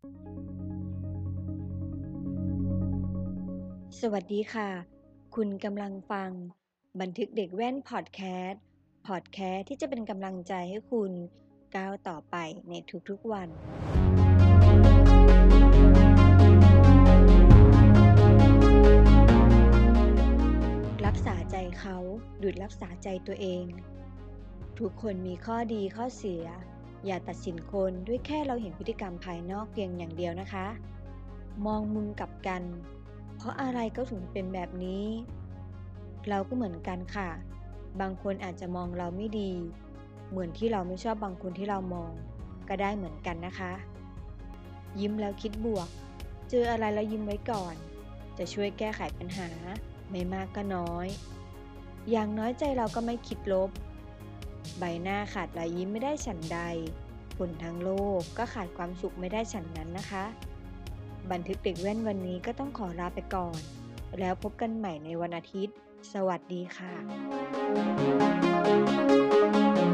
สวัสดีค่ะ คุณกำลังฟังบันทึกเด็กแว่นพอดแคสต์ที่จะเป็นกำลังใจให้คุณก้าวต่อไปในทุกๆวัน รักษาใจเขาดุจรักษาใจตัวเอง ทุกคนมีข้อดีข้อเสีย อย่าตัดสินคนด้วยแค่เราเห็นพฤติกรรมภายนอกเพียงอย่างเดียวนะคะ มองมุมกลับกัน เพราะอะไรก็ถึงเป็นแบบนี้ เราก็เหมือนกันค่ะ บางคนอาจจะมองเราไม่ดี เหมือนที่เราไม่ชอบบางคนที่เรามอง ก็ได้เหมือนกันนะคะ ยิ้มแล้วคิดบวก เจออะไรแล้วยิ้มไว้ก่อน จะช่วยแก้ไขปัญหา ไม่มากก็น้อย อย่างน้อยใจเราก็ไม่คิดลบ ใบหน้าขาดรอยยิ้มไม่ได้ฉันใด คนทั้งโลกก็ขาดความสุขไม่ได้ฉันนั้นนะคะ บันทึกเด็กแว่นวันนี้ก็ต้องขอลาไปก่อน แล้วพบกันใหม่ในวันอาทิตย์ สวัสดีค่ะ